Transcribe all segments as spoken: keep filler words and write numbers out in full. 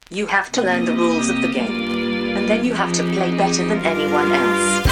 You have to learn the rules of the game. And then you have to play better than anyone else.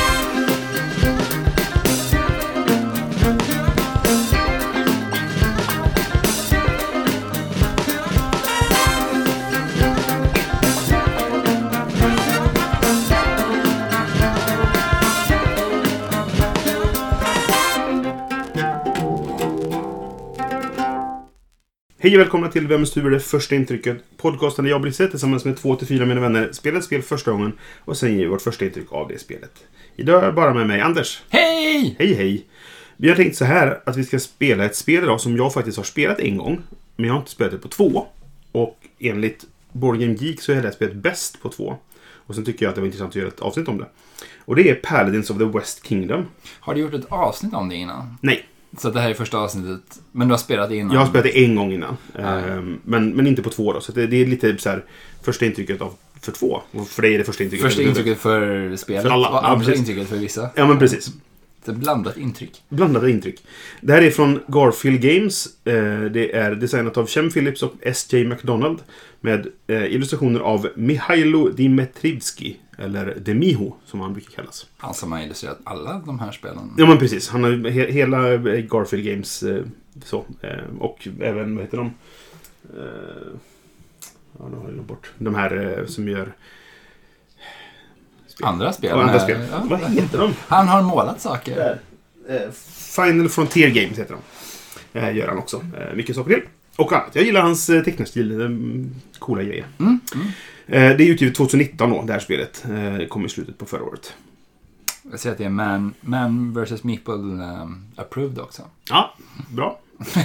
Hej och välkomna till Vems tur är det första intrycket. Podcasten där jag blir sett tillsammans med två till fyra mina vänner spelar ett spel första gången och sen ger vi vårt första intryck av det spelet. Idag är jag bara med mig Anders. Hej! Hej hej! Vi har tänkt så här att vi ska spela ett spel idag som jag faktiskt har spelat en gång. Men jag har inte spelat det på två. Och enligt Board Game Geek så är det spelet bäst på två. Och sen tycker jag att det var intressant att göra ett avsnitt om det. Och det är Paladins of the West Kingdom. Har du gjort ett avsnitt om det innan? Nej. Så det här är första avsnittet. Men du har spelat det innan? Jag har spelat det en gång innan. Mm. Men, men inte på två då. Så det, det är lite så här första intrycket av för två. Och för dig är det första intrycket. Första intrycket för spelet. För alla. Och andra ja, intrycket för vissa. Ja, men precis. Det är blandat intryck. Blandade intryck. Det här är från Garfield Games. Det är designat av Chem Phillips och S J McDonald. Med illustrationer av Mihailo Dimitrivski. Eller Demiho, som han brukar kallas. Han som har illustrerat alla de här spelen. Ja, men precis. Han har he- hela Garfield Games eh, så. Eh, och även, vad heter de? Eh, ja, nu har jag nog bort. De här eh, som gör... Spel. Andra spel. Ja, andra spel. Ja, vad heter de? Han har målat saker. Där. Eh, Final Frontier Games heter de. Eh, gör han också. Eh, mycket saker till. Och annat. Jag gillar hans eh, tecknarstil. Eh, coola grejer. Mm, mm. Eh, det är utgivet tjugonitton då, det här spelet. Eh, det kom i slutet på förra året. Jag ser att det är Man, Man versus. Meeple um, approved också. Ja, bra.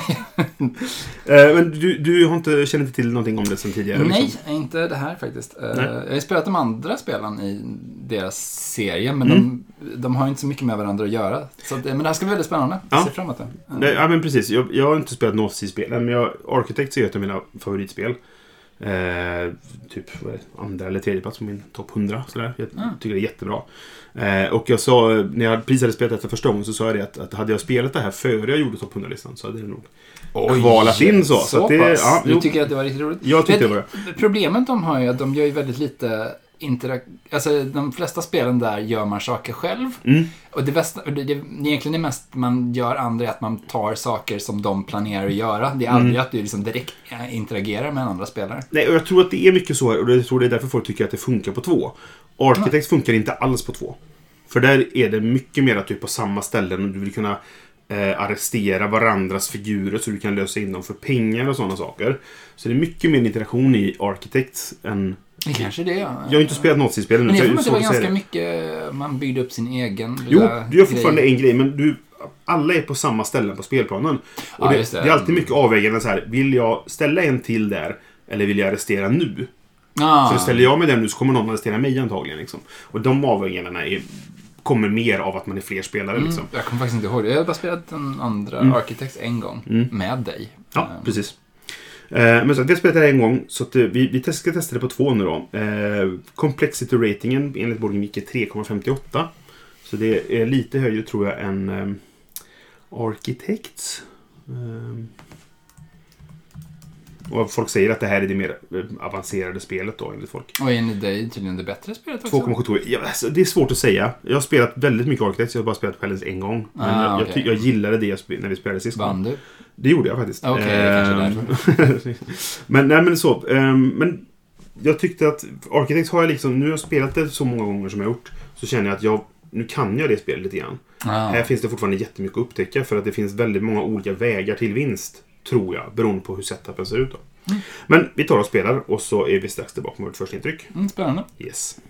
eh, men du, du har inte känner inte till någonting om det sen tidigare? Nej, liksom. inte det här faktiskt. Eh, Nej. jag har spelat de andra spelen i deras serie, men Mm. de, de har inte så mycket med varandra att göra. Så att, men det här ska bli väldigt spännande. Jag Ja. ser fram emot det. Nej, ja, men precis. Jag, jag har inte spelat något i spelen, men jag, Architects är ett av mina favoritspel. Eh, typ vad är det, andra eller tredje plats på min topp hundra. Sådär. Jag Mm. tycker det är jättebra. Eh, och jag sa, när jag precis hade spelat detta första gången, så sa jag det att, att hade jag spelat det här före jag gjorde topp hundra-listan så hade det nog Oj, kvalat in så. Så, så att det, pass. ja, Du jo, tycker att det var riktigt roligt? jag tyckte det var det. Problemet de har är att de gör ju väldigt lite interak- alltså de flesta spelen där gör man saker själv. Mm. Och det bästa, det, det, egentligen det mest man gör andra är att man tar saker som de planerar att göra. Det är aldrig Mm. att du liksom direkt interagerar med andra spelare. Nej, och jag tror att det är mycket så här, och jag tror det är därför folk tycker att det funkar på två. Architects funkar inte alls på två. För där är det mycket mer typ på samma ställen och du vill kunna eh, arrestera varandras figurer så du kan lösa in dem för pengar och sådana saker. Så det är mycket mer interaktion i Architects än... Det kanske det är. Jag har inte spelat något i spelen. Men så det jag var är svårt att säga ganska det. mycket, man byggde upp sin egen. Jo, lilla du gör fortfarande grej. en grej, men du, alla är på samma ställen på spelplanen. Och Ja, det, just det. det är alltid mycket avvägande så här, vill jag ställa en till där eller vill jag arrestera nu? Ah. För ställer jag med den nu så kommer någon arrestera mig antagligen. Liksom. Och de avvägningarna är, kommer mer av att man är fler spelare. Mm, Liksom. jag kommer faktiskt inte ihåg det. Jag har bara spelat den andra Mm. Architects en gång Mm. med dig. Ja, Um, precis. Eh, men så att vi har spelat det här en gång, så att, eh, vi, vi ska testa det på två nu då. Eh, Complexity-ratingen enligt Board Game Geek är tre komma femtioåtta. Så det är lite högre tror jag än eh, Architects. Eh, och folk säger att det här är det mer eh, avancerade spelet då enligt folk. Och enligt dig tydligen det bättre spelet också? två komma sjuttiotvå. Ja, alltså, det är svårt att säga. Jag har spelat väldigt mycket Architects. Jag har bara spelat Paladins en gång. Men Ah, jag, jag, okej. ty- jag gillade det jag sp- när vi spelade sist. Vann du? Det gjorde jag faktiskt. Okej, det kanske är därför. men, nej, men så. Um, men jag tyckte att Architects har jag liksom... Nu har jag spelat det så många gånger som jag har gjort. Så känner jag att jag... Nu kan jag det spelet lite grann. Ah. Här finns det fortfarande jättemycket att upptäcka. För att det finns väldigt många olika vägar till vinst. Tror jag. Beroende på hur setupen ser ut då. Mm. Men vi tar och spelar. Och så är vi strax tillbaka med vårt första intryck. Mm, spännande. Yes.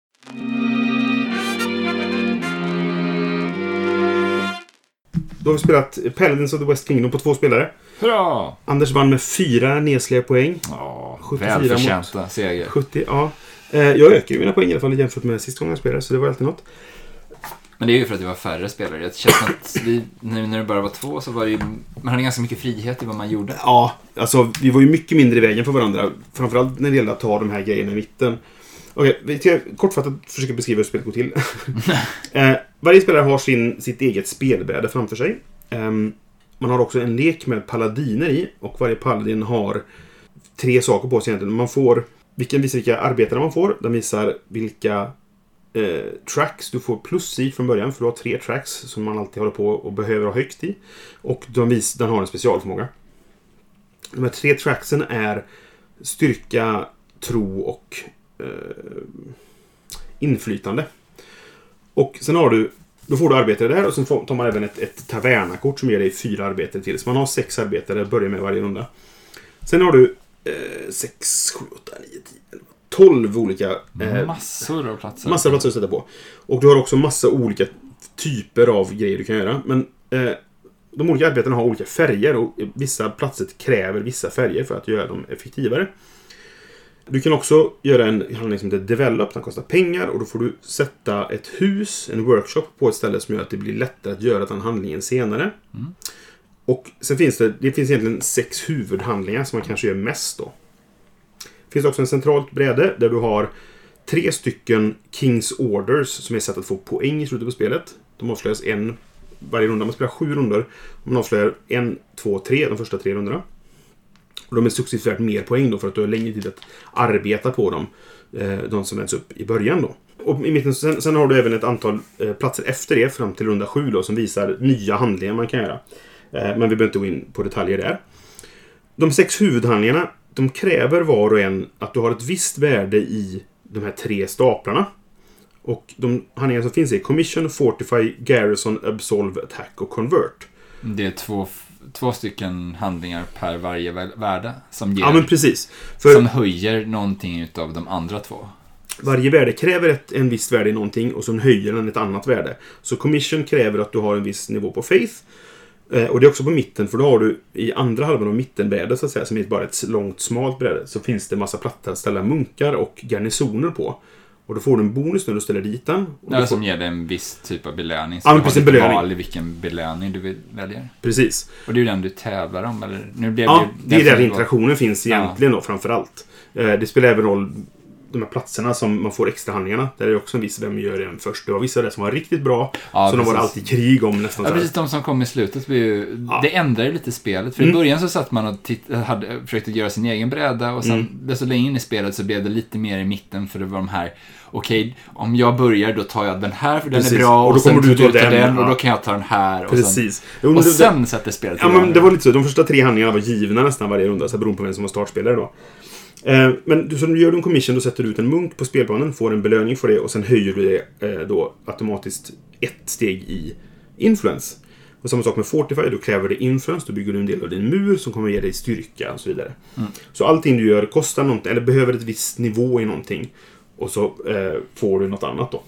Då har vi spelat Paladins of the West Kingdom på två spelare. Hurra! Anders vann med fyra nedsliga poäng. Ja, sjuttiofyra välförtjänta seger. sjuttio, ja. Eh, jag ökar ju mina poäng i alla fall jämfört med sist gången jag spelade, så det var alltid något. Men det är ju för att det var färre spelare. Det känns som att vi, nu när det bara var två så var det ju, man hade ganska mycket frihet i vad man gjorde. Ja, alltså vi var ju mycket mindre i vägen för varandra. Framförallt när det gäller att ta de här grejerna i mitten. Okej, vi ska kortfattat försöka beskriva hur spelet går till. eh, varje spelare har sin, sitt eget spelbräde framför sig. Eh, man har också en lek med paladiner i. Och varje paladin har tre saker på sig egentligen. Man får vilken visar vilka arbetare man får. Den visar vilka eh, tracks du får plus i från början. För du har tre tracks som man alltid håller på och behöver ha högt i. Och den, vis, den har en specialförmåga. De här tre tracksen är styrka, tro och eh, inflytande. Och sen har du, då får du arbetare där och sen får, tar man även ett, ett tavernakort som ger dig fyra arbetare till. Så man har sex arbetare, börjar med varje runda. Sen har du eh, sex, sju, åtta, nio, tio, tolv olika eh, massor av platser. Massor av platser att sätta på. Och du har också massa olika typer av grejer du kan göra. Men eh, de olika arbetarna har olika färger och vissa platser kräver vissa färger för att göra dem effektivare. Du kan också göra en handling som heter Develop, den kostar pengar och då får du sätta ett hus, en workshop på ett ställe som gör att det blir lättare att göra den handlingen senare. Mm. Och sen finns det, det finns egentligen sex huvudhandlingar som man kanske gör mest då. Det finns också en centralt bräde där du har tre stycken King's Orders som är sätt att få poäng i slutet på spelet. De avslöjas en varje runda. Man spelar sju rundor. Man avslöjar en, två, tre de första tre rundorna. Och de är successivt mer poäng då för att du har längre tid att arbeta på dem. De som vänds upp i början då. Och i mitten, sen, sen har du även ett antal platser efter det fram till runda sju då som visar nya handlingar man kan göra. Men vi behöver inte gå in på detaljer där. De sex huvudhandlingarna, de kräver var och en att du har ett visst värde i de här tre staplarna. Och de handlingar som finns är Commission, Fortify, Garrison, Absolve, Attack och Convert. Det är två, två stycken handlingar per varje värde som ger, ja, men precis. För som höjer någonting utav de andra två. Varje värde kräver ett, en viss värde i någonting och så höjer den ett annat värde. Så Commission kräver att du har en viss nivå på Faith. Eh, och det är också på mitten, för då har du i andra halvan av mittenbrädet så att säga, som är bara ett långt, smalt bräde, så finns det en massa plattor att ställa munkar och garnisoner på. Och då får du en bonus när du ställer dit den. Och ja, får... som ger dig en viss typ av belöning. Så ja, du har lite belöning. val i vilken belöning du väljer. Precis. Och det är ju den du tävlar om. Eller? Nu blev ja, det, det är där interaktionen finns egentligen ja. då, framförallt. Eh, det spelar även roll de här platserna som man får extra handlingarna. Där är det också en viss vem gör den först. Det var vissa där som var riktigt bra. Ja, så de var alltid krig om nästan. Ja, precis. De som kom i slutet blir ju, ja. det ändrar lite spelet. För mm. i början så satt man och titt- hade försökt göra sin egen bräda. Och sen mm. desto längre in i spelet så blev det lite mer i mitten. För det var de här, okej, okay, om jag börjar då tar jag den här för den precis. är bra. Och, och då kommer du ta den, den ja. och då kan jag ta den här. Och precis. sen, och sen sätter spelet ja, men det var lite så. De första tre handlingarna var givna nästan varje runda. Så beroende på vem som var startspelare då. Men du, så du gör du en commission, då sätter du ut en munk på spelplanen, får en belöning för det och sen höjer du det eh, då automatiskt ett steg i influence. Och samma sak med Fortify, då kräver det influence, då bygger du en del av din mur som kommer ge dig styrka och så vidare. Mm. Så allting du gör kostar någonting, eller behöver ett visst nivå i någonting och så eh, får du något annat då.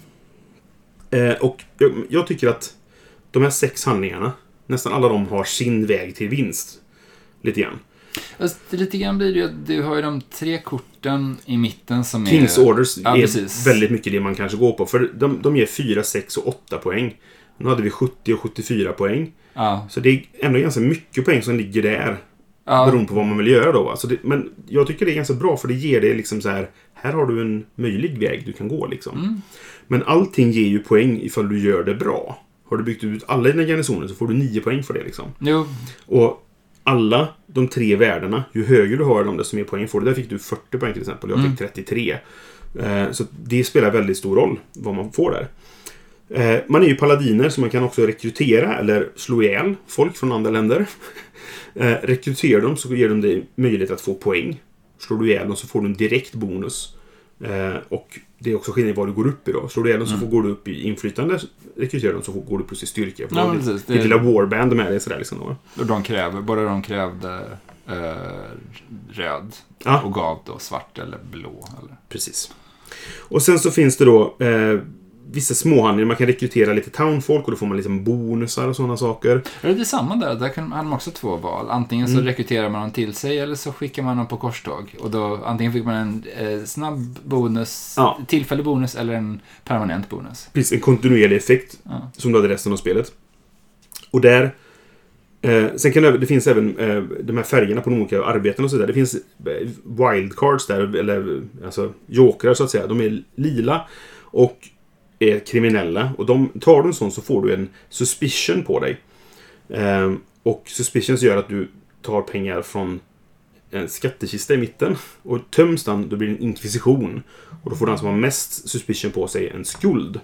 Eh, och jag, jag tycker att de här sex handlingarna, nästan alla de har sin väg till vinst. Lite grann. Alltså, lite grann blir det ju att du har ju de tre korten i mitten som King's är... King's Orders ja, är precis. väldigt mycket det man kanske går på. För de, de ger fyra, sex och åtta poäng. Nu hade vi sjuttio och sjuttiofyra poäng. Ja. Så det är ändå ganska mycket poäng som ligger där. Ja. Beroende på vad man vill göra då. Alltså det, men jag tycker det är ganska bra för det ger det liksom så här. Här har du en möjlig väg du kan gå liksom. Mm. Men allting ger ju poäng ifall du gör det bra. Har du byggt ut alla dina garnisoner så får du nio poäng för det liksom. Jo. Och alla de tre värdena, ju högre du har dem desto mer poäng får du. Där fick du fyrtio poäng till exempel, jag fick mm. trettiotre. Eh, så det spelar väldigt stor roll vad man får där. Eh, man är ju paladiner så man kan också rekrytera eller slå ihjäl folk från andra länder. eh, rekryterar dem så ger de dig möjlighet att få poäng. Slår du ihjäl dem så får du en direkt bonus. Eh, och det är också skillnad i vad du går upp i då. Slår du ihjäl dem mm. så får, går du upp i inflytande. Rekryterar dem så får, går du plus i styrka. För ja, det, precis, det är lilla warband med det sådär liksom då. Och de kräver, båda de krävde eh, röd ja. och gav då svart eller blå. Eller? Precis. Och sen så finns det då eh, vissa småhandlingar. Man kan rekrytera lite townfolk och då får man liksom bonusar och sådana saker. Är det samma där? Där kan, hade man också två val. Antingen så mm. rekryterar man dem till sig eller så skickar man dem på korståg. Och då antingen fick man en eh, snabb bonus, ja. tillfällig bonus eller en permanent bonus. Precis, en kontinuerlig effekt ja. som du hade resten av spelet. Och där eh, sen kan det, det finns även eh, de här färgerna på de olika arbeten och så där. Det finns eh, wildcards där, eller alltså jokrar så att säga. De är lila och är kriminella. Och de, tar du en sån så får du en suspicion på dig. Eh, och suspicions gör att du tar pengar från en skattekista i mitten. Och töms den, då blir det en inkvisition. Och då får den som har mest suspicion på sig en skuld.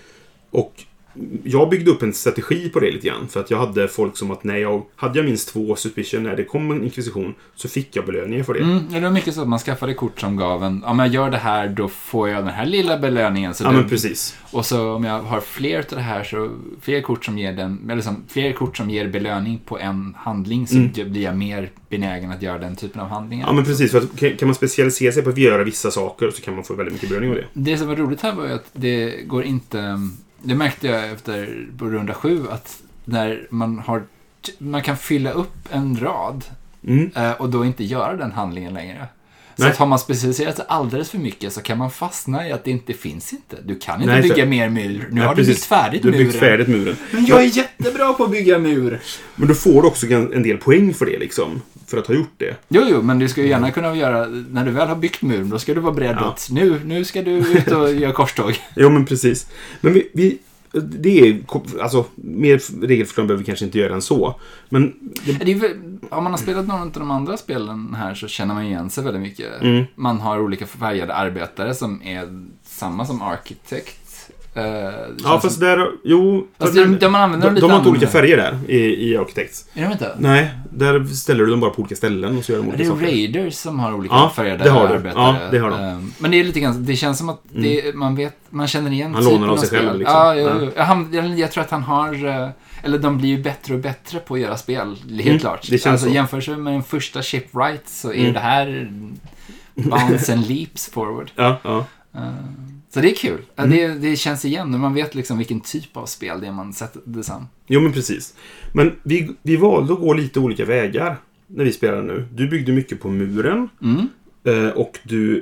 Och jag byggde upp en strategi på det lite grann. För att jag hade folk som att när jag hade jag minst två suspicion när det kom en inkvisition så fick jag belöningar för det. Mm, det var mycket så att man skaffade kort som gav en, om jag gör det här då får jag den här lilla belöningen. Så ja, det, men precis. Och så om jag har fler till det här så fler kort som ger den, eller som, fler kort som ger belöning på en handling så mm. blir jag mer benägen att göra den typen av handlingar. Ja, men precis. För att, kan man specialisera sig på att göra vissa saker så kan man få väldigt mycket belöning av det. Det som var roligt här var ju att det går inte... Det märkte jag efter på runda sju att när man har man kan fylla upp en rad mm. och då inte göra den handlingen längre. Så att har man specialiserat sig alldeles för mycket så kan man fastna i att det inte finns inte. Du kan inte Nej, bygga för... mer mur. Nu ja, har du byggt färdigt muren. Du har byggt färdigt muren. Men jag är jättebra på att bygga mur. Men du får också en del poäng för det liksom. För att ha gjort det. Jo, jo, men du ska ju gärna kunna göra, när du väl har byggt muren, då ska du vara beredd ja. att nu, nu ska du ut och göra korståg. Jo, men precis. Men vi, vi det är, alltså, mer regelförslag behöver vi kanske inte göra än så. Men det... Det är väl, om man har spelat någon av de andra spelen här så känner man igen sig väldigt mycket. Mm. Man har olika färgade arbetare som är samma som Architect. Uh, ja, fast som... där, jo fast det, där man använder de, de, de har inte olika färger där i, i Architects. Är de inte? Nej, där ställer du dem bara på olika ställen och så gör de olika det är saker. Raiders som har olika ja, färgade det har arbetare. Ja, det har de. Uh, men det är lite grann, det känns som att det, mm. man vet, man känner igen han lånar av sig själv liksom. Ja, ja, ja. Han, jag, jag tror att han har uh, eller de blir ju bättre och bättre på att göra spel, helt mm, klart. Det känns alltså, så. Jämfört med den första Shipwright så är mm. det här bounce and leaps forward. Ja, ja. Uh, Så det är kul. Mm. Det, det känns igen när man vet liksom vilken typ av spel det är man sätter det sam. Jo, men precis. Men vi, vi valde att gå lite olika vägar när vi spelade nu. Du byggde mycket på muren. Mm. Eh, och du...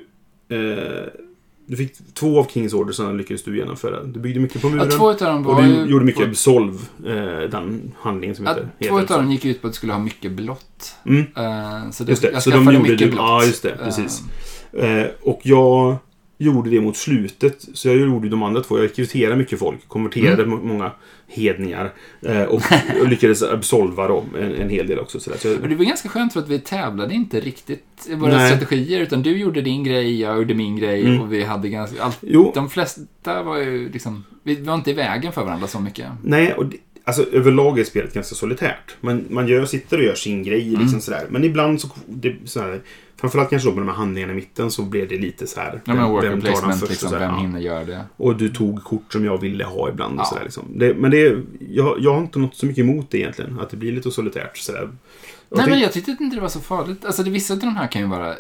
Eh, du fick två av Kings Order som lyckades du genomföra. Du byggde mycket på muren. Ja, två utav dem var och du ju gjorde mycket på... Absolve, eh, den handlingen som ja, heter. Två utav dem gick ut på att du skulle ha mycket blått. Mm. Uh, så det, just det. jag så skaffade de gjorde mycket du, blått. Ja, just det. Precis. Uh. Eh, och jag... gjorde det mot slutet. Så jag gjorde de andra två. Jag rekryterade mycket folk. Konverterade mm. många hedningar. Eh, och, och lyckades absolva dem en, en hel del också. Sådär. Så jag... Men det var ganska skönt för att vi tävlade inte riktigt i våra Nej. strategier. Utan du gjorde din grej, jag gjorde min grej. Mm. Och vi hade ganska... Allt, de flesta var ju liksom... Vi var inte i vägen för varandra så mycket. Nej, och det, alltså överlag är spelet ganska solitärt. Man, man gör, sitter och gör sin grej liksom mm. sådär. Men ibland så... Det, sådär, framförallt kanske då med de här handlingarna i mitten så blev det lite så här. Ja, men worker placement först liksom, vem hinner göra det? Och du tog kort som jag ville ha ibland. Ja. Och så där, liksom. det, men det, jag, jag har inte något så mycket emot det egentligen. Att det blir lite solitärt. Så där. Nej, tänk... men jag tyckte inte det var så farligt. Alltså det, vissa av de här kan ju vara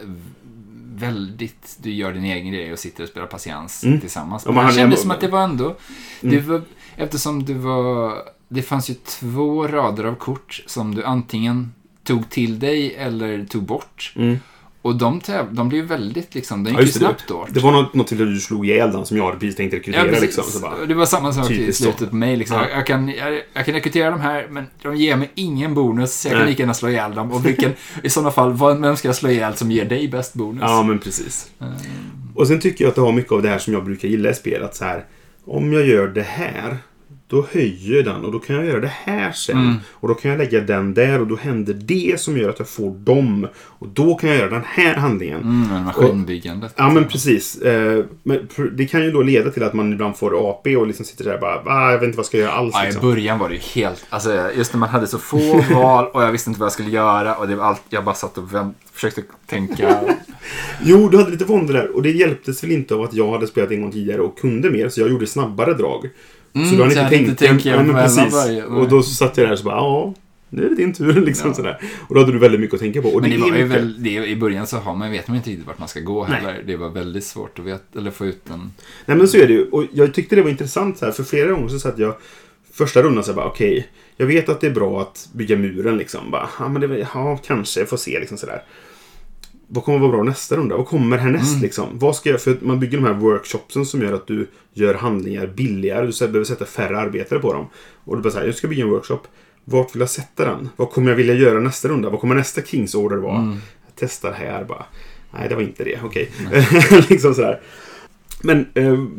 väldigt... Du gör din egen grej och sitter och spelar patiens mm. tillsammans. Men ja, det kändes som att det var ändå... Mm. Det var, eftersom du var... Det fanns ju två rader av kort som du antingen tog till dig eller tog bort. Mm. Och de, täv- de blev väldigt liksom, det gick ja, ju snabbt då. Det var något, något till att du slog ihjäl den som jag hade precis tänkt rekrytera. Ja, liksom, så bara, det var samma sak i slutet på mig. Liksom. Ja. Jag, kan, jag, jag kan rekrytera dem här, men de ger mig ingen bonus. Så jag Nej. kan lika gärna slå ihjäl dem. Och vilken, i sådana fall, vem ska jag slå ihjäl som ger dig bäst bonus? Ja, men precis. Mm. Och sen tycker jag att det har mycket av det här som jag brukar gilla i spel. Att så här, om jag gör det här... Då höjer den och då kan jag göra det här sen. Mm. Och då kan jag lägga den där och då händer det som gör att jag får dem. Och då kan jag göra den här handlingen. Mm, maskinbyggandet. Ja, men precis. Eh, men det kan ju då leda till att man ibland får A P och liksom sitter där och bara, ah, jag vet inte vad jag ska göra alls. Ja, liksom. I början var det ju helt, alltså just när man hade så få val och jag visste inte vad jag skulle göra och det var allt, jag bara satt och vänt, försökte tänka. Jo, du hade lite våndor där och det hjälptes väl inte av att jag hade spelat en gång tidigare och kunde mer så jag gjorde snabbare drag. Mm, så du har inte tänkt, inte tänkt ja, men precis. Början, och då satt jag där och så bara, ja, nu är det din tur liksom ja. sådär. Och då hade du väldigt mycket att tänka på. Och men det det var mycket... ju väl, det, i början så har man, vet man inte riktigt vart man ska gå heller. Det var väldigt svårt att veta, eller få ut en... Nej, men så är det ju. Och jag tyckte det var intressant så här, för flera gånger så satt jag första rundan så bara, okej, okay, jag vet att det är bra att bygga muren liksom. Bara, ja, men det, ja, kanske, jag får se liksom sådär. Vad kommer vara bra nästa runda? Vad kommer härnäst mm. liksom? Vad ska jag, för man bygger de här workshopsen som gör att du gör handlingar billigare. Du behöver sätta färre arbetare på dem. Och du bara säger, jag ska bygga en workshop. Vart vill jag sätta den? Vad kommer jag vilja göra nästa runda? Vad kommer nästa Kings Order vara? Mm. Jag testar här bara. Nej, det var inte det. Okej. Okay. liksom sådär. Men eh,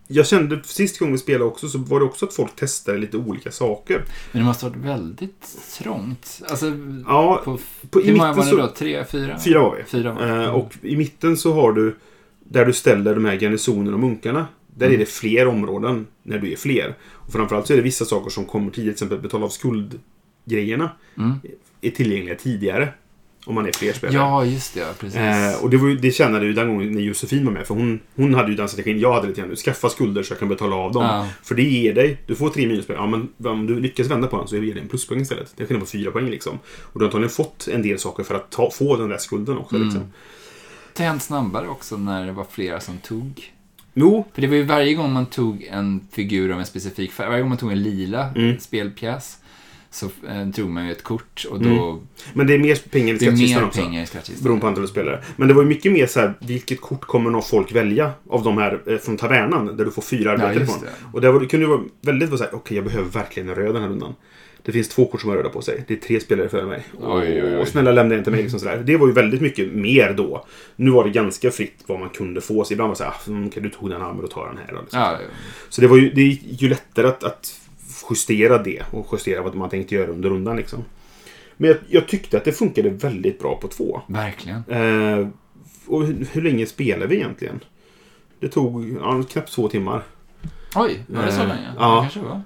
jag kände sist gången vi spelade också så var det också att folk testade lite olika saker. Men det måste ha varit väldigt trångt. Alltså, ja, på, på, hur många var det då? Tre, fyra? Fyra var vi. Fyra var. Mm. Och i mitten så har du där du ställer de här garnisonerna och munkarna. Där mm. är det fler områden när du är fler. Och framförallt så är det vissa saker som kommer till exempel betala av skuldgrejerna mm. är tillgängliga tidigare. Om man är fler spelare. Ja, just det. Precis. Eh, och det, var ju, det kände du den gången när Josefin var med. För hon, hon hade ju den strategin. Jag hade lite grann. Skaffa skulder så jag kan betala av dem. Ja. För det ger dig. Du får tre minuspoäng. Ja, men om du lyckas vända på den så ger det en pluspoäng istället. Det kan vara fyra poäng liksom. Och du har antagligen fått en del saker för att ta, få den där skulden också. Mm. Liksom. Det hände snabbare också när det var flera som tog. Jo. För det var ju varje gång man tog en figur av en specifik färg. Varje gång man tog en lila mm. spelpjäs. Så eh, tog man ju ett kort och då... Mm. Men det är mer pengar i skattkistan också. Pengar i skattkistan. Beroende på antalet spelare. Men det var ju mycket mer så här, vilket kort kommer någon folk välja av de här eh, från tavernan där du får fyra arbetare ja, från. Och där var, det kunde ju vara väldigt vara så här, okej okay, jag behöver verkligen en röd den här rundan. Det finns två kort som har röda på sig. Det är tre spelare före mig. Oj, oj, oj. Och snälla lämna inte mig liksom sådär. Det var ju väldigt mycket mer då. Nu var det ganska fritt vad man kunde få. Så ibland var det så här, ah, okay, du tog den här men du tar den här. Liksom. Ja, ja. Så det var ju, det är ju lättare att, att justera det och justera vad man tänkte göra under rundan liksom. Men jag, jag tyckte att det funkade väldigt bra på två. Verkligen. Eh, och hur, hur länge spelade vi egentligen? Det tog ja, knappt två timmar. Oj, var det så länge? Eh, ja. Det kanske var.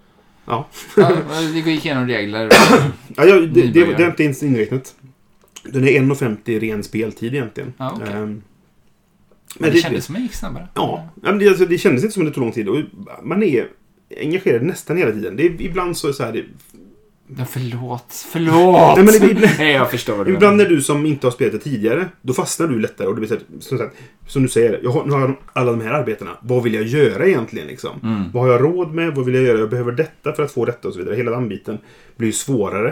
Ja. ja. Vi gick igenom regler. ja, ja, det, det, det, det är inte inräknat. Den är en femtio ren speltid egentligen. Ja, okay. eh, men det, det kändes som det gick snabbare. Ja, men det, alltså, det kändes inte som det tog lång tid. Och man är engagerad nästan hela tiden. Det är, ibland så är så här... Det... Ja, förlåt, förlåt! Nej, men ibland, Nej, jag förstår det. Ibland när du som inte har spelat det tidigare, då fastnar du lättare. Och det blir så här, som du säger, jag har, nu har jag alla de här arbetena. Vad vill jag göra egentligen? Liksom? Mm. Vad har jag råd med? Vad vill jag göra? Jag behöver detta för att få detta och så vidare. Hela den biten blir ju svårare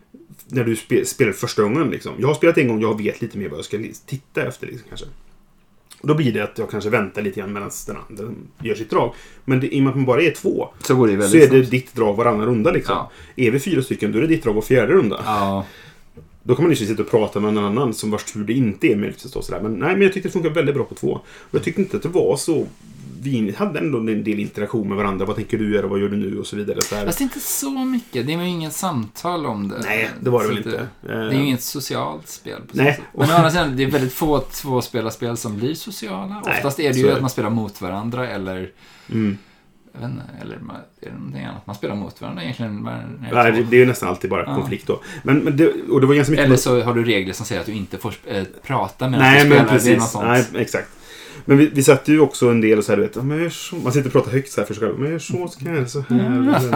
när du spe, spelar första gången. Liksom. Jag har spelat en gång, jag vet lite mer vad jag ska titta efter. Liksom, kanske. Och då blir det att jag kanske väntar lite grann medan den andra gör sitt drag. Men det, i och med att man bara är två så, går det så är det ditt drag varannan runda. Liksom. Ja. Är vi fyra stycken, då är det ditt drag var fjärde runda. Ja. Då kan man ju sitta och prata med någon annan som vars tur det inte är möjligt att stå sådär. Men nej, men jag tyckte det funkar väldigt bra på två. Och jag tyckte inte att det var så... Vi hade ändå en del interaktion med varandra. Vad tänker du göra? Vad gör du nu? Och så vidare. Så här. Fast inte så mycket. Det är ju ingen samtal om det. Nej, det var det väl inte. inte. Det är ju inget socialt spel. På nej. Men å andra sidan, det är väldigt få tvåspelarspel som blir sociala. Nej, oftast är det ju är det. Att man spelar mot varandra eller... Mm. Jag vet inte, eller är det någonting annat? Man spelar mot varandra egentligen. Nej, det, det är ju nästan alltid bara ja. konflikt då. Men, men det, och det var ganska mycket... Eller så har du regler som säger att du inte får äh, prata med nej, spelare. Men precis. Det är något sånt. Nej, exakt. Men vi, vi satt ju också en del och så här, du vet, men så, man sitter och pratar högt så här för sig själv. Men jag så ska jag så här.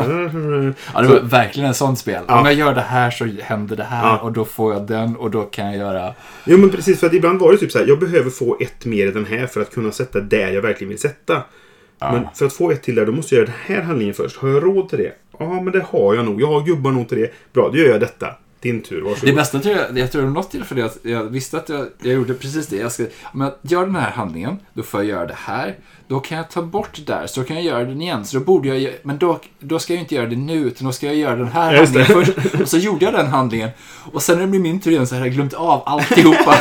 Mm. Ja, det var så, verkligen en sån spel. Ja. Om jag gör det här så händer det här ja. och då får jag den och då kan jag göra... Jo, men precis, för att ibland var det typ så här, jag behöver få ett mer i den här för att kunna sätta där jag verkligen vill sätta. Ja. Men för att få ett till där, då måste jag göra den här handlingen först. Har jag råd till det? Ja, men det har jag nog. Jag har gubbar nog till det. Bra, då gör jag detta. Din tur, varsågod. Det bästa tror jag, jag tror det var något till för det att jag visste att jag, jag gjorde precis det. Jag ska, om jag gör den här handlingen, då får jag göra det här. Då kan jag ta bort det där, så då kan jag göra den igen. Så då borde jag, men då, då ska jag inte göra det nu, utan då ska jag göra den här handlingen först. Och så gjorde jag den handlingen. Och sen när det blir min tur igen så har jag glömt av alltihopa.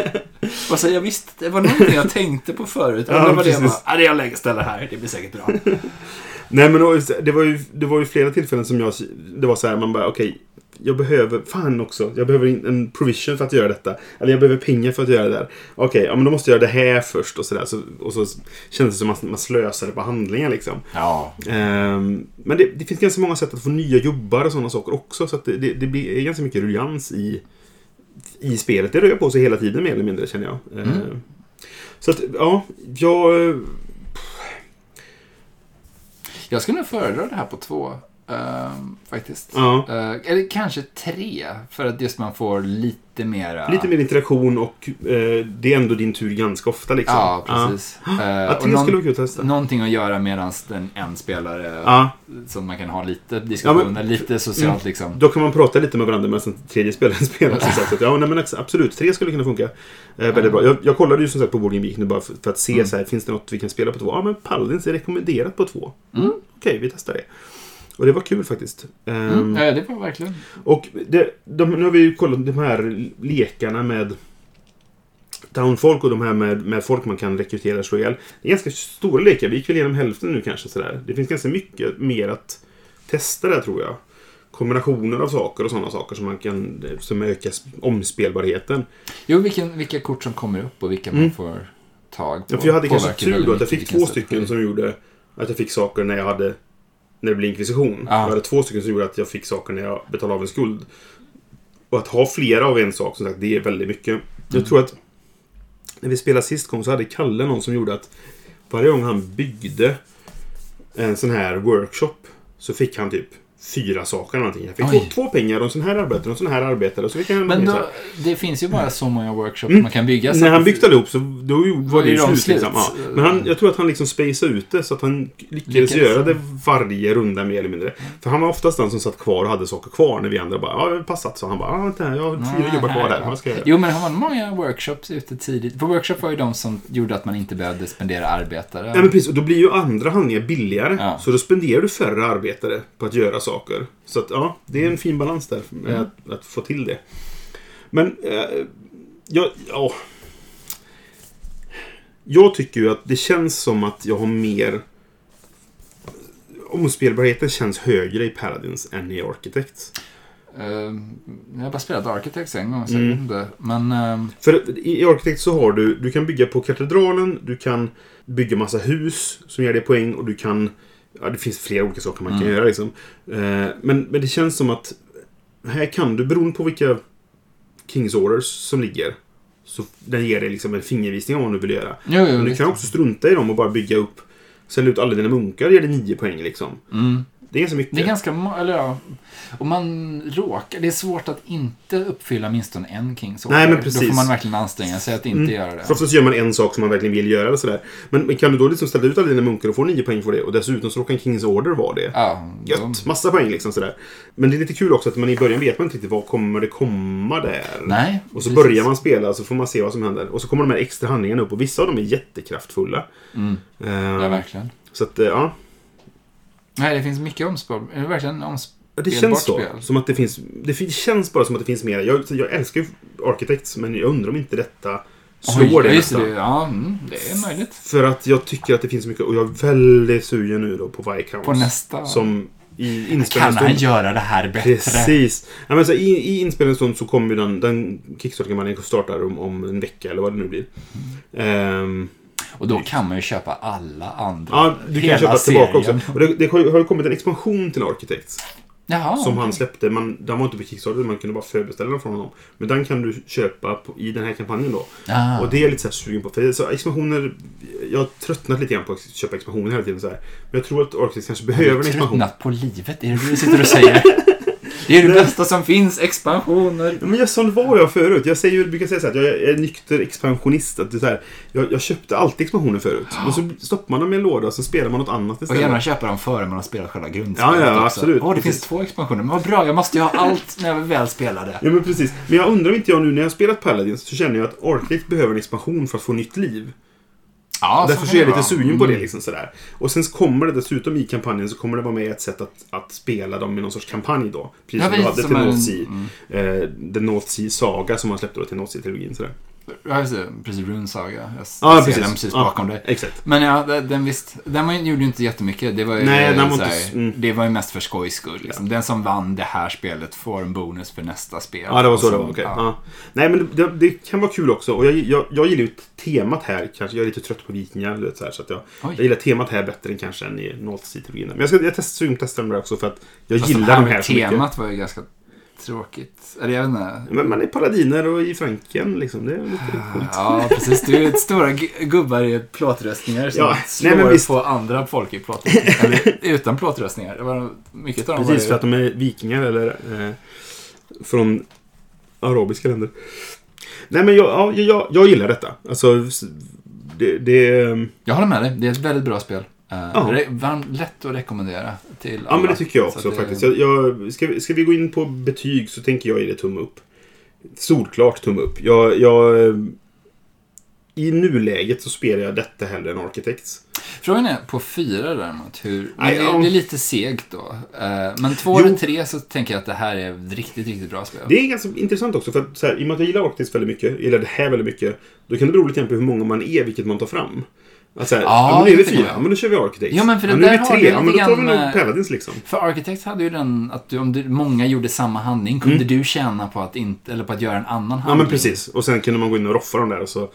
Och så jag visste, det var någonting jag tänkte på förut. Och ja, det var precis. Det jag bara, det jag lägger ställer här, det blir säkert bra. Nej, men då, det var ju det var ju flera tillfällen som jag, det var så här, man bara, okej, okay, jag behöver, fan också, jag behöver en provision för att göra detta. Eller jag behöver pengar för att göra det där. Okej, okay, ja, men då måste jag göra det här först och sådär. Så, och så känns det som att man, man slösar på handlingar liksom. Ja. Um, men det, det finns ganska många sätt att få nya jobbar och sådana saker också. Så att det, det, det blir ganska mycket ruljans i, i spelet. Det rör på sig hela tiden mer eller mindre, känner jag. Mm. Uh, så att, ja, jag... Jag skulle nog föredra det här på två. Uh, faktiskt. Ja. Uh, eller kanske tre. För att just man får lite mer... Lite mer interaktion och uh, det är ändå din tur ganska ofta liksom. Ja, precis. Ja. Uh, att det skulle vara kul att testa. Någonting att göra medan den en spelare ja. som man kan ha lite diskussioner, ja, men, lite socialt mm, liksom. Då kan man prata lite med varandra medan den tredje spelaren spelar. Så att, ja, nej, men absolut. Tre skulle kunna funka uh, väldigt mm. bra. Jag, jag kollade ju som sagt på Board Game Geek nu bara för, för att se mm. så här, finns det något vi kan spela på två? Ja, men Paladins är rekommenderat på två. Mm. Okej, okay, vi testar det. Och det var kul faktiskt. Mm, um, ja, det var verkligen. Och det, de, nu har vi ju kollat de här lekarna med Townfolk och de här med, med folk man kan rekrytera så ihjäl. Det är ganska stora lekar. Vi gick väl igenom hälften nu kanske sådär. Det finns ganska mycket mer att testa där tror jag. Kombinationer av saker och sådana saker som man kan som ökar omspelbarheten. Jo, vilken, vilka kort som kommer upp och vilka mm. man får tag på. Ja, för jag hade kanske tur då att jag fick två stycken som gjorde att jag fick saker när jag hade när det blev inkvisition. Ah. Jag hade två stycken som gjorde att jag fick saker när jag betalade av en skuld. Och att ha flera av en sak som sagt, det är väldigt mycket. Mm. Jag tror att när vi spelade sist gång så hade Kalle någon som gjorde att varje gång han byggde en sån här workshop så fick han typ fyra saker eller någonting. Jag fick två, två pengar och en sån här arbetare och en sån här arbetare. Så vi kan men då, det finns ju bara så många workshops mm. man kan bygga. När han byggde ihop så då var det ju slut. slut. Liksom. Ja. Men han, jag tror att han liksom spacade ut det så att han lyckades, lyckades göra det varje runda mer eller mindre. Mm. För han var oftast den som satt kvar och hade saker kvar när vi andra bara, ja, jag passat. Så han bara, ja, vänta, jag har fyra ah, jobbar kvar där. Vad ska jag göra? Jo, men har man många workshops ute tidigt? För workshop var ju de som gjorde att man inte behövde spendera arbetare. Ja, men precis. Och då blir ju andra handlingar billigare. Ja. Så då spenderar du färre arbetare på att göra saker. Så att, ja, det är en fin balans där mm. att, att få till det. Men eh, jag, ja, jag tycker ju att det känns som att jag har mer omspelbarheten känns högre i Paladins än i Architects. Uh, jag har bara spelat Architects en gång så mm. inte. Men, uh... För i Architects så har du du kan bygga på katedralen, du kan bygga massa hus som ger dig poäng och du kan ja, det finns flera olika saker man mm. kan göra liksom. Uh, men, men det känns som att här kan du, beroende på vilka King's Orders som ligger, så den ger dig liksom en fingervisning om vad du vill göra. Jo, jo, men du kan också strunta i dem och bara bygga upp, sälja ut alla dina munkar, ger dig nio poäng liksom. Mm. Det är ganska mycket. Det är ganska, eller ja, och man råkar, det är svårt att inte uppfylla minst en King's Order. Nej, men precis. Då får man verkligen anstränga sig att inte mm. göra det. För oftast gör man en sak som man verkligen vill göra eller sådär. Men kan du då liksom ställa ut alla dina munkar och få nio poäng för det, och dessutom så råkar en King's Order vara det. Ja. Gött, då... massa poäng liksom sådär. Men det är lite kul också att man i början vet man inte riktigt vad kommer det komma där. Nej. Och så precis. Börjar man spela så får man se vad som händer. Och så kommer de här extra handlingarna upp och vissa av dem är jättekraftfulla. Mm. Uh, ja, verkligen. Så att, ja. Nej, det finns mycket omspel. Är det verkligen omspel? Det känns så. Som att det finns, det känns bara som att det finns mer. Jag, jag älskar ju Architects, men jag undrar om inte detta slår Oj, det nästan. Det, ja, mm, det är möjligt. För att jag tycker att det finns mycket, och jag är väldigt sugen nu då på Viscounts. På nästa. Som i inspelningsstund. Kan han göra det här bättre? Precis. Ja, men så i, i inspelningsstund så kommer den, den Kickstarter-kampanjen startar om, om en vecka eller vad det nu blir. Mm. Um, Och då kan man ju köpa alla andra. Ja, du kan köpa tillbaka också. Och det, det har ju kommit en expansion till Architects. Jaha, som okay. han släppte. Man, den var inte på Kickstarter, man kunde bara förbeställa den från honom. Men den kan du köpa på, i den här kampanjen då. Ah. Och det är jag lite så här sugen på. För så expansioner, jag har tröttnat lite grann på att köpa expansioner hela tiden så här. Men jag tror att Architects kanske behöver en expansion. Tröttnat på livet, är det du sitter och säger? Det är det bästa som finns, expansioner. Men jag, sån var jag förut. Jag säger, brukar säga så att jag är nykter expansionist. Att det är så här, jag, jag köpte alltid expansioner förut. Men så stoppar man dem i en låda och så spelar man något annat istället. Och gärna köpa dem före man har spelat själva grundspelet. Ja, ja, absolut. Åh, det precis. Finns två expansioner. Men vad bra, jag måste ju ha allt när jag väl spelar det. Ja, men precis. Men jag undrar om inte jag nu när jag har spelat Paladins så känner jag att Architect behöver en expansion för att få nytt liv. Ja, därför så är jag lite sugen på det liksom sådär. Och sen kommer det dessutom i kampanjen så kommer det vara med ett sätt att, att spela dem i någon sorts kampanj då. Precis som du hade till North Sea. Mm. Eh, The North Sea Saga som man släppte då till North Sea-trilogin sådär. Ja, just det. Precis, Rune Saga. Jag ja, ser precis. den precis bakom ja, dig. Exakt. Men ja, den visst, den var, gjorde ju inte jättemycket. Det var ju, Nej, den var såhär, inte, mm. det var ju mest för skojs skull. Liksom. Ja. Den som vann det här spelet får en bonus för nästa spel. Ja, det var så som, det var. Okay. Ja. Ja. Nej, men det, det kan vara kul också. Och jag, jag, jag gillar ju temat här. Kanske, jag är lite trött på vikingar. Vet, så här, så att jag, jag gillar temat här bättre än kanske än i North Sea-trilogin. Men jag ska jag testar, jag testar dem där också för att jag Fast gillar de här, här så mycket. Temat var ju ganska tråkigt. Eller jag vet inte. Men man är paladiner och i Franken liksom. Det är lite coolt. Ja, precis. Du är ett stora gubbar i plåtröstningar som ja, slår nej, men visst. På andra folk i plåtröstningar. Eller utan plåtröstningar. Det var mycket av dem. Precis, var för att de är vikingar eller eh, från arabiska länder. Nej, men jag, ja, jag, jag gillar detta. Alltså, det, det... Jag håller med dig. Det är ett väldigt bra spel. Uh, re- lätt att rekommendera till alla. Ja, men det tycker jag också det... faktiskt. Jag, jag, ska, vi, ska vi gå in på betyg så tänker jag ge det tumme upp. Solklart tumme upp. Jag, jag, i nuläget så spelar jag detta hellre än Architects. Frågan är på fyra däremot. Hur, Nej, det, ja. det är lite segt då. Uh, men två Jo. eller tre så tänker jag att det här är ett riktigt, riktigt bra spel. Det är ganska intressant också. För att, så här, i och med att jag gillar Arctis väldigt mycket, gillar det här väldigt mycket, då kan det bero lite på hur många man är, vilket man tar fram. Alltså, ja, ja, men är vi fyra, ja, men då kör vi Architects. Ja, men för det ja, där nu är vi har tre, du ja, men då tar vi nog grann, Paladins liksom. För Architects hade ju den att du, om du, många gjorde samma handling kunde Mm. du tjäna på att inte, eller på att göra en annan handling. Ja, men precis. Och sen kunde man gå in och roffa dem där och så,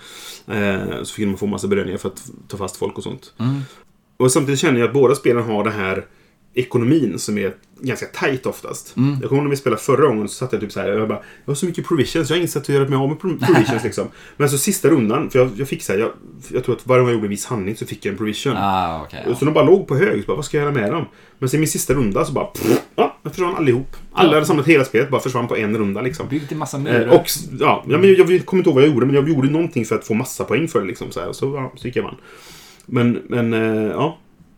eh, så fick man få massa belöningar för att ta fast folk och sånt. Mm. Och samtidigt känner jag att båda spelen har det här ekonomin som är ganska tight oftast. Mm. Jag kommer ihåg när vi spelade förra gången så satt jag typ så här, jag bara, jag har så mycket provisions, jag har insett att göra mig av med provisions liksom. Men så sista rundan, för jag, jag fick så här, jag, jag tror att varje gång jag gjorde en viss handling så fick jag en provision. Ah, okay, ja. Så de bara låg på hög, så bara, vad ska jag göra med dem? Men sen min sista runda så bara, pff, ja, jag försvann allihop. Alla hade samlat hela spelet, bara försvann på en runda liksom. Byggde massa murar. Eh, och ja, ja men jag, jag kommer inte ihåg vad jag gjorde, men jag gjorde någonting för att få massa poäng för det liksom så här, och så, ja, så gick jag vann. Men, men eh, ja.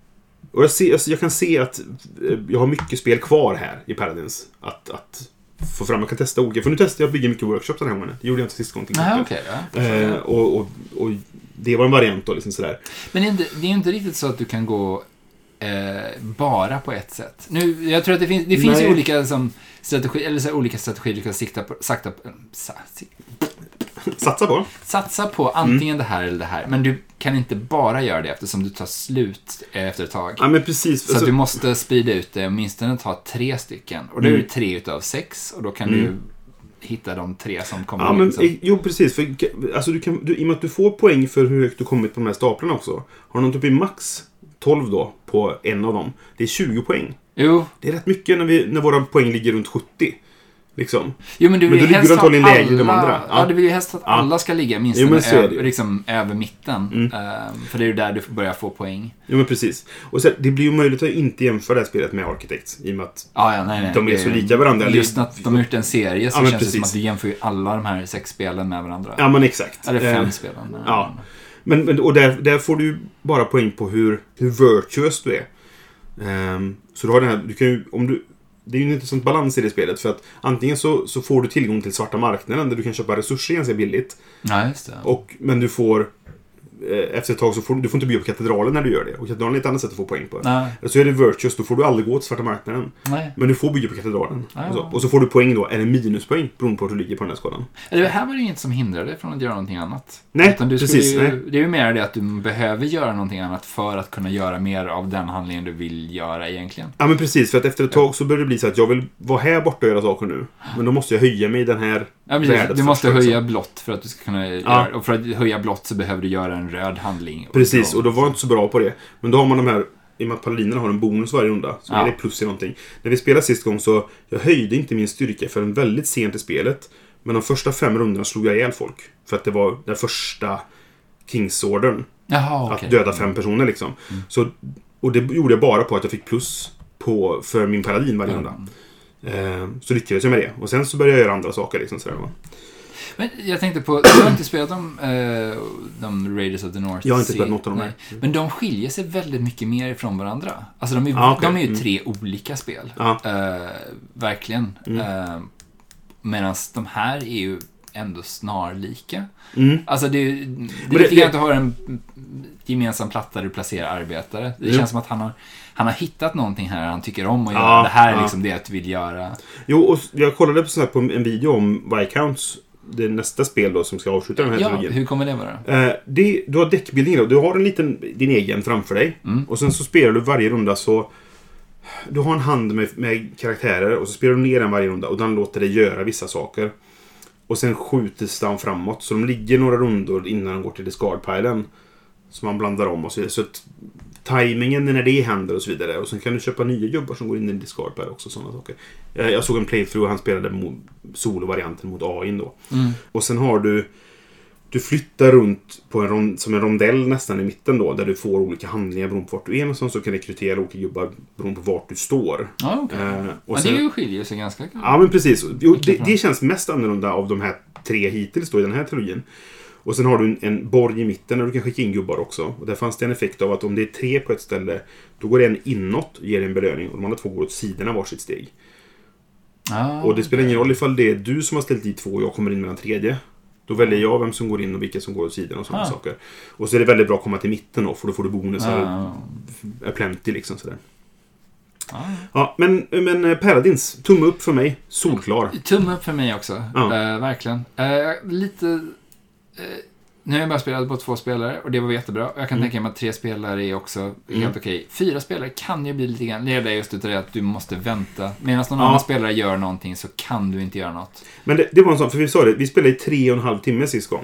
Och jag, ser, alltså jag kan se att eh, jag har mycket spel kvar här i Paladins att, att få fram. Jag kan testa olika, för nu testar jag att bygga mycket workshops den här gången. Det gjorde jag inte sist gång. Ah, okay, ja. eh, och, och, och det var en variant då liksom sådär. Men det är, inte, det är ju inte riktigt så att du kan gå eh, bara på ett sätt. Nu, jag tror att det finns, det finns ju olika som, strategi, eller så här, olika strategier du kan sikta på, sakta på, sa, si, Satsa på. Satsa på antingen mm. det här eller det här. Men du kan inte bara göra det eftersom du tar slut efter ett tag. Ja, men precis. Så alltså, du måste sprida ut det. Åtminstone ta tre stycken. Och då är det tre utav sex. Och då kan mm. du hitta de tre som kommer ja, in. Men, så. jo, precis. För, alltså, du kan, du, i och med att du får poäng för hur högt du kommit på de här staplarna också. Har någon typ i max tolv då på en av dem. Det är tjugo poäng. Jo. Det är rätt mycket när, vi, när våra poäng ligger runt sjuttio. Liksom. Jo, men du vill men ju helst att alla, lägre de andra. Ja. Ja, du vill ju helst att alla ska ligga minst jo, över, liksom, över mitten. Mm. Uh, för det är ju där du börjar få poäng. Jo, men precis. Och så, det blir ju möjligt att inte jämföra det här spelet med Architects. I och med att ah, ja, nej, nej. de är så lika varandra. Just att de har gjort en serie så ja, känns precis. det som att du jämför ju alla de här sex spelen med varandra. Ja, men exakt. Eller fem eh, spelen. Men, ja. Men, men, och där, där får du bara poäng på hur, hur virtuous du är. Um, så du har den här, du kan ju, om du det är ju en intressant balans i det spelet. För att antingen så, så får du tillgång till svarta marknaden där du kan köpa resurser ganska billigt. Ja, just det. Och, men du får efter ett tag så får du får inte bygga på katedralen när du gör det. Och katedralen är ett annat sätt att få poäng på. Nej. Så är det virtuous, då får du aldrig gå till svarta marknaden. Nej. Men du får bygga på katedralen. Nej, och, så. och så får du poäng då, eller minuspoäng beroende på att du ligger på den här skalan. Eller här var det inget som hindrade dig från att göra någonting annat. Nej, Utan du precis. ju, Nej. Det är ju mer det att du behöver göra någonting annat för att kunna göra mer av den handlingen du vill göra egentligen. Ja, men precis. För att efter ett tag så börjar det bli så att jag vill vara här borta och göra saker nu. Men då måste jag höja mig i den här ja, världen. Du måste först, höja liksom. blått för att du ska kunna ja. göra, och för att höja blått så behöver du göra en röd handling. Precis, och då var jag inte så bra på det. Men då har man de här, i och med att paladinerna har en bonus varje runda, så ja. är det plus i någonting. När vi spelade sist gång så, jag höjde inte min styrka förrän väldigt sent i spelet. Men de första fem rundorna slog jag ihjäl folk. För att det var den första Kingsordern. Jaha, okay. Att döda fem personer liksom. Mm. Så, och det gjorde jag bara på att jag fick plus på, för min paladin varje runda. Mm. Eh, så lyckades jag med det. Och sen så började jag göra andra saker liksom sådär. Men jag tänkte på, du har inte spelat de, eh, de Raiders of the North. Jag har inte spelat något av dem här. Mm. Men de skiljer sig väldigt mycket mer ifrån varandra. Alltså de är, ah, okay. de är ju mm. tre olika spel. Ah. Eh, verkligen. Mm. Eh, Medan de här är ju ändå snarlika. Mm. Alltså det, det, det är lite grann att du har en gemensam platta där du placerar arbetare. Det mm. känns som att han har, han har hittat någonting här han tycker om att göra. Ah, det här är ah. liksom det du vill göra. Jo, och jag kollade på, så här på en video om Viscounts, det nästa spel då som ska avsluta den här ja, trilogin. Hur kommer det vara? Eh, det, du har däckbildningen då. Du har en liten, din egen framför dig. Mm. Och sen så spelar du varje runda så du har en hand med, med karaktärer och så spelar du ner den varje runda och den låter dig göra vissa saker. Och sen skjuts den framåt. Så de ligger några rundor innan de går till discardpilen. Så man blandar om och så vidare. Så att timingen när det händer och så vidare. Och sen kan du köpa nya gubbar som går in i en discardpile också. Sådana saker. Jag såg en playthrough och han spelade mot solo-varianten mot A I då. Mm. Och sen har du Du flyttar runt på en rond, som en rondell nästan i mitten då. Där du får olika handlingar beroende på vart du är. Och så kan du rekrytera olika gubbar beroende på vart du står. Ja, okay. eh, och sen, ja, det skiljer sig ganska. Ja, men precis. Jo, det, det känns mest annorlunda av de här tre hittills då i den här trilogin. Och sen har du en, en borg i mitten där du kan skicka in gubbar också. Och där fanns det en effekt av att om det är tre på ett ställe, då går en inåt och ger en belöning. Och de andra två går åt sidorna varsitt steg. Ah, och det spelar ingen roll ifall det är du som har ställt dit två och jag kommer in med den tredje. Då väljer jag vem som går in och vilka som går åt sidan och sådana ah. saker. Och så är det väldigt bra att komma till mitten då, för då får du bonusar. Ah. Är plenty liksom sådär. Ah. Ja, men, men Paladins, tumme upp för mig. Solklar. Tumme upp för mig också. Ja. Uh, verkligen. Uh, lite... Uh, nu har jag bara spelat på två spelare och det var jättebra. Jag kan mm. tänka mig att tre spelare är också helt mm. okej. Okay. Fyra spelare kan ju bli lite grann... Det är det just utav det att du måste vänta. Medan någon ja. annan spelare gör någonting så kan du inte göra något. Men det, det var en sån, för vi sa det, vi spelade i tre och en halv timme sist gång.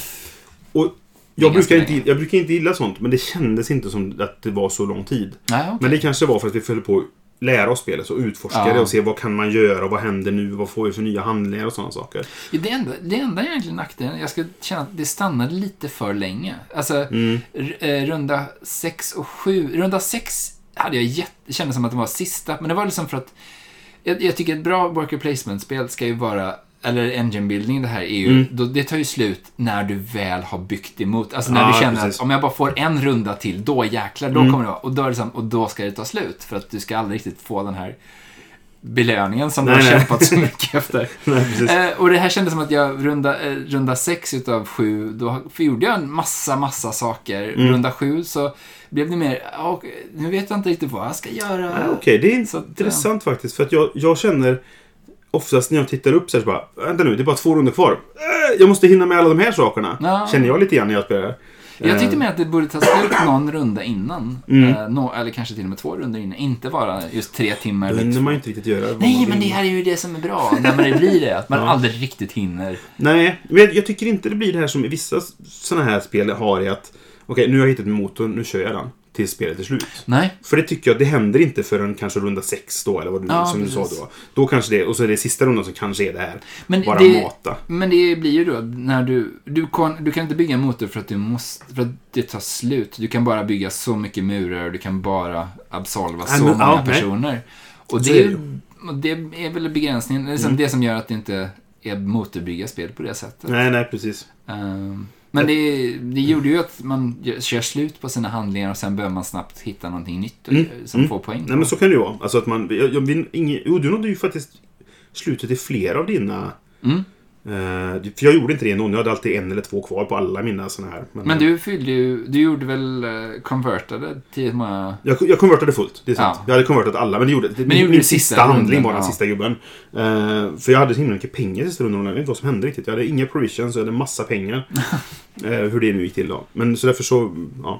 Och jag brukar, inte, jag brukar inte gilla sånt, men det kändes inte som att det var så lång tid. Nej, okay. Men det kanske var för att vi följde på lära oss spelet och utforska ja. det och se vad kan man göra och vad händer nu, vad får vi för nya handlingar och sådana saker. Det enda, det enda egentligen nackdelen, jag ska känna att det stannade lite för länge. Alltså, mm. r- runda sex och sju, runda sex hade jag jätte, det kändes som att det var sista, men det var liksom för att jag, jag tycker ett bra worker placement-spel ska ju vara, eller engine building det här är ju, mm. då, det tar ju slut när du väl har byggt emot. Alltså när ja, du känner precis. Att om jag bara får en runda till, då jäklar, då mm. kommer det vara. Och då, är det liksom, och då ska det ta slut. För att du ska aldrig riktigt få den här belöningen som nej, du har nej. kämpat så mycket efter. Nej, eh, och det här kändes som att jag runda, eh, runda sex utav sju, då gjorde jag en massa, massa saker. Mm. Runda sju så blev det mer, och, nu vet jag inte riktigt vad jag ska göra. Okej, okay. Det är så intressant att, faktiskt. För att jag, jag känner... Oftast när jag tittar upp så är det bara, vänta nu, det är bara två runder kvar. Jag måste hinna med alla de här sakerna. Ja. Känner jag lite grann när jag spelar. Jag tyckte med att det borde ta slut någon runda innan. Mm. Eh, no, eller kanske till och med två runder innan. Inte vara just tre timmar. Det hinner man ju inte riktigt göra. Nej, men det här är ju det som är bra. När man det blir det, att man ja. aldrig riktigt hinner. Nej, men jag tycker inte det blir det här som i vissa sådana här spel har i att okej, okay, nu har jag hittat motorn, nu kör jag den. Till spelet är slut. Nej. För det tycker jag, det händer inte förrän kanske runda sex då, eller vad du, ja, som precis. du sa då. Då kanske det, och så är det sista rundan som kanske är det här. Men bara det, mata. Men det blir ju då, när du, du kan, du kan inte bygga en motor för att du måste, för att det tar slut. Du kan bara bygga så mycket murar, du kan bara absolva ja, så men, många ja, personer. Och det, är, det är väl begränsningen, det är liksom mm. det som gör att det inte är motorbygga spel på det sättet. Nej, nej, precis. Um, Men det, det gjorde ju att man kör slut på sina handlingar och sen behöver man snabbt hitta någonting nytt mm. som mm. får poäng. Nej, men så kan det ju vara. Alltså att man, jag, jag, ingen, jo, du nådde ju faktiskt slutet i flera av dina... Mm. Uh, för jag gjorde inte det ändå. Jag hade alltid en eller två kvar på alla mina såna här. Men, men du fyllde ju... Du gjorde väl uh, convertade till många... Jag, jag konvertade fullt, det är sant. Ja. Jag hade konvertat alla, men det gjorde... Det, men min, min sista handling var den ja. sista gubben. Uh, för jag hade så himla mycket pengar i sista rundan. Jag vet inte vad som hände riktigt. Jag hade inga provisions, jag hade massa pengar. uh, hur det nu gick till då. Men så därför så... Ja.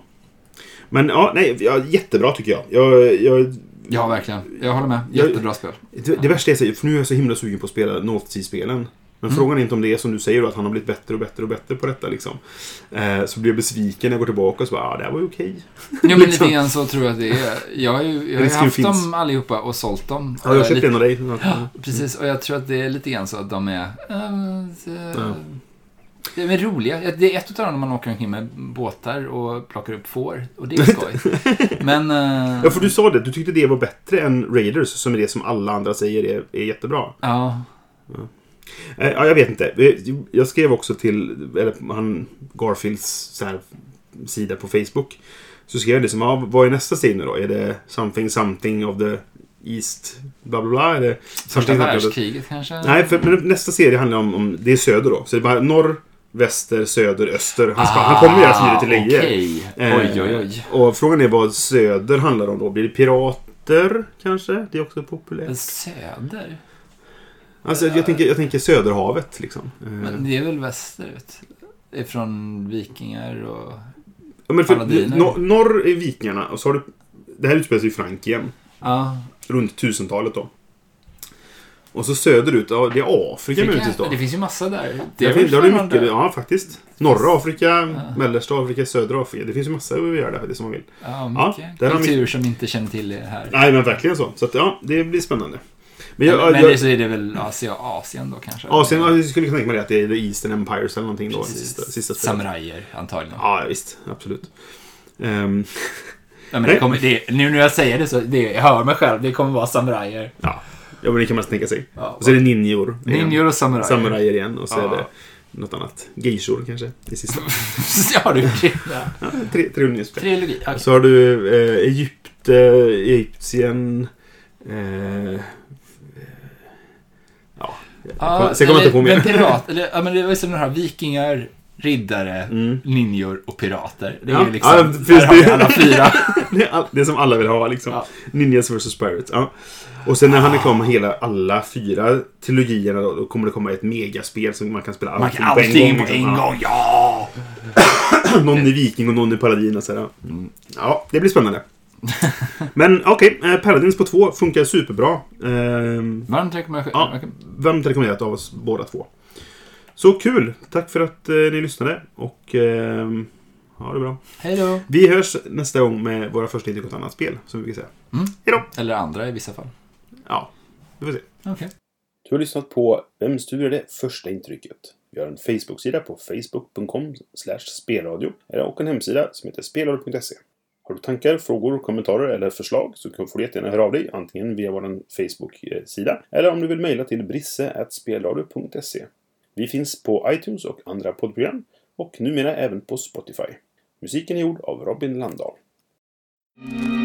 Men ja, nej, ja, jättebra tycker jag. Jag... jag ja, verkligen. Jag håller med. Jättebra jag, spel. Det, det värsta är, för nu är jag så himla sugen på att spela North Sea-spelen. Men mm. frågan är inte om det är som du säger då, att han har blivit bättre och bättre och bättre på detta liksom. Eh, så blir jag besviken när jag går tillbaka och så bara, ja ah, det här var ju okej. Jo men lite grann så tror jag att det är. Jag har ju jag har haft finns. dem allihopa och sålt dem. Ja, jag har köpt en av dig. Ja, precis, och jag tror att det är lite grann så att de är... Äh, ja. Det är roliga. Det är ett av dem man åker omkring med båtar och plockar upp får. Och det är skoj. Men... Uh... Ja, för du sa det. Du tyckte det var bättre än Raiders, som är det som alla andra säger är, är jättebra. Ja. Ja. Ja, jag vet inte. Jag skrev också till eller, han, Garfields så här, sida på Facebook. Så skrev jag liksom, ja, vad är nästa scen då? Är det something, something of the East, bla bla bla? Är det Första världskriget kanske? Nej, för men nästa serie handlar om, om, det är söder då. Så det är bara norr, väster, söder, öster. Han, ah, han kommer göra fyra till läge. Okay. Eh, oj, oj, oj. Och frågan är vad söder handlar om då. Blir det pirater kanske? Det är också populärt. Söder? Alltså jag tänker, jag tänker Söderhavet liksom. Men det är väl västerut? Det är från vikingar och ja, men för, nor- norr är vikingarna och så har du, det här utspelar sig i Frankrike. Ja. Runt tusentalet då. Och så söderut, ja, det är Afrika möjligtvis då. Det finns ju massa där. Det, det finns det mycket, där. Ja faktiskt. Norra Afrika, ja. Mellersta Afrika, södra Afrika. Det finns ju massa att göra där faktiskt som man vill. Ja, mycket. Ja, kultur vi... som inte känner till det här. Nej, men verkligen så. Så att, ja, det blir spännande. Men, jag, men, jag, men så är det väl Asien, Asien då kanske? Asien, jag skulle kunna tänka mig att det är The Eastern Empires eller någonting då. Sista, sista samurajer antagligen. Ja, visst. Absolut. Um, ja, men det kommer, det, nu när jag säger det så det, jag hör mig själv, det kommer vara samurajer. Ja, ja men det kan man tänka sig. Ja, och så är det ninjor. Ninjor och samurajer. Samurajer igen. Och så ja. är det något annat. Geishor kanske. Det sista. Ja, du ja, tre, tre Trilogi. Okay. Så har du eh, Egypt, eh, Egyptien... Eh, ja, Ja, Sen kommer jag inte på mer. Pirat, eller, ja, men det var ju som den här vikingar, riddare, mm. ninjor och pirater. Det är ja. ju liksom, ja, där har vi alla fyra. det, är all, det är som alla vill ha liksom. Ja. Ninjas versus Pirates. Ja. Och sen när han är klar med hela, alla fyra trilogierna då, då kommer det komma ett megaspel som man kan spela allting, man kan allting på en gång. På en gång ja! Någon är viking och någon är paladin och sådär. Mm. Ja, det blir spännande. Men okej, okay, Paladins på två funkar superbra. Ehm, varmt rekommenderat. Ja, varmt rekommenderat av oss båda två. Så kul! Tack för att eh, ni lyssnade. Och eh, ha det bra. Hej då! Vi hörs nästa gång med våra första intryck på ett annat spel, som vi kan säga. Mm. Hej då! Eller andra i vissa fall. Ja, vi får se. Okej. Okay. Du har lyssnat på Vem studerar det första intrycket? Vi har en Facebook-sida på facebook punkt com slash spelradio och en hemsida som heter spelradio punkt se. Har du tankar, frågor, kommentarer eller förslag så får du jättegärna höra av dig antingen via vår Facebook-sida eller om du vill mejla till brisse at spelradio punkt se. Vi finns på iTunes och andra poddprogram och numera även på Spotify. Musiken är gjord av Robin Landahl.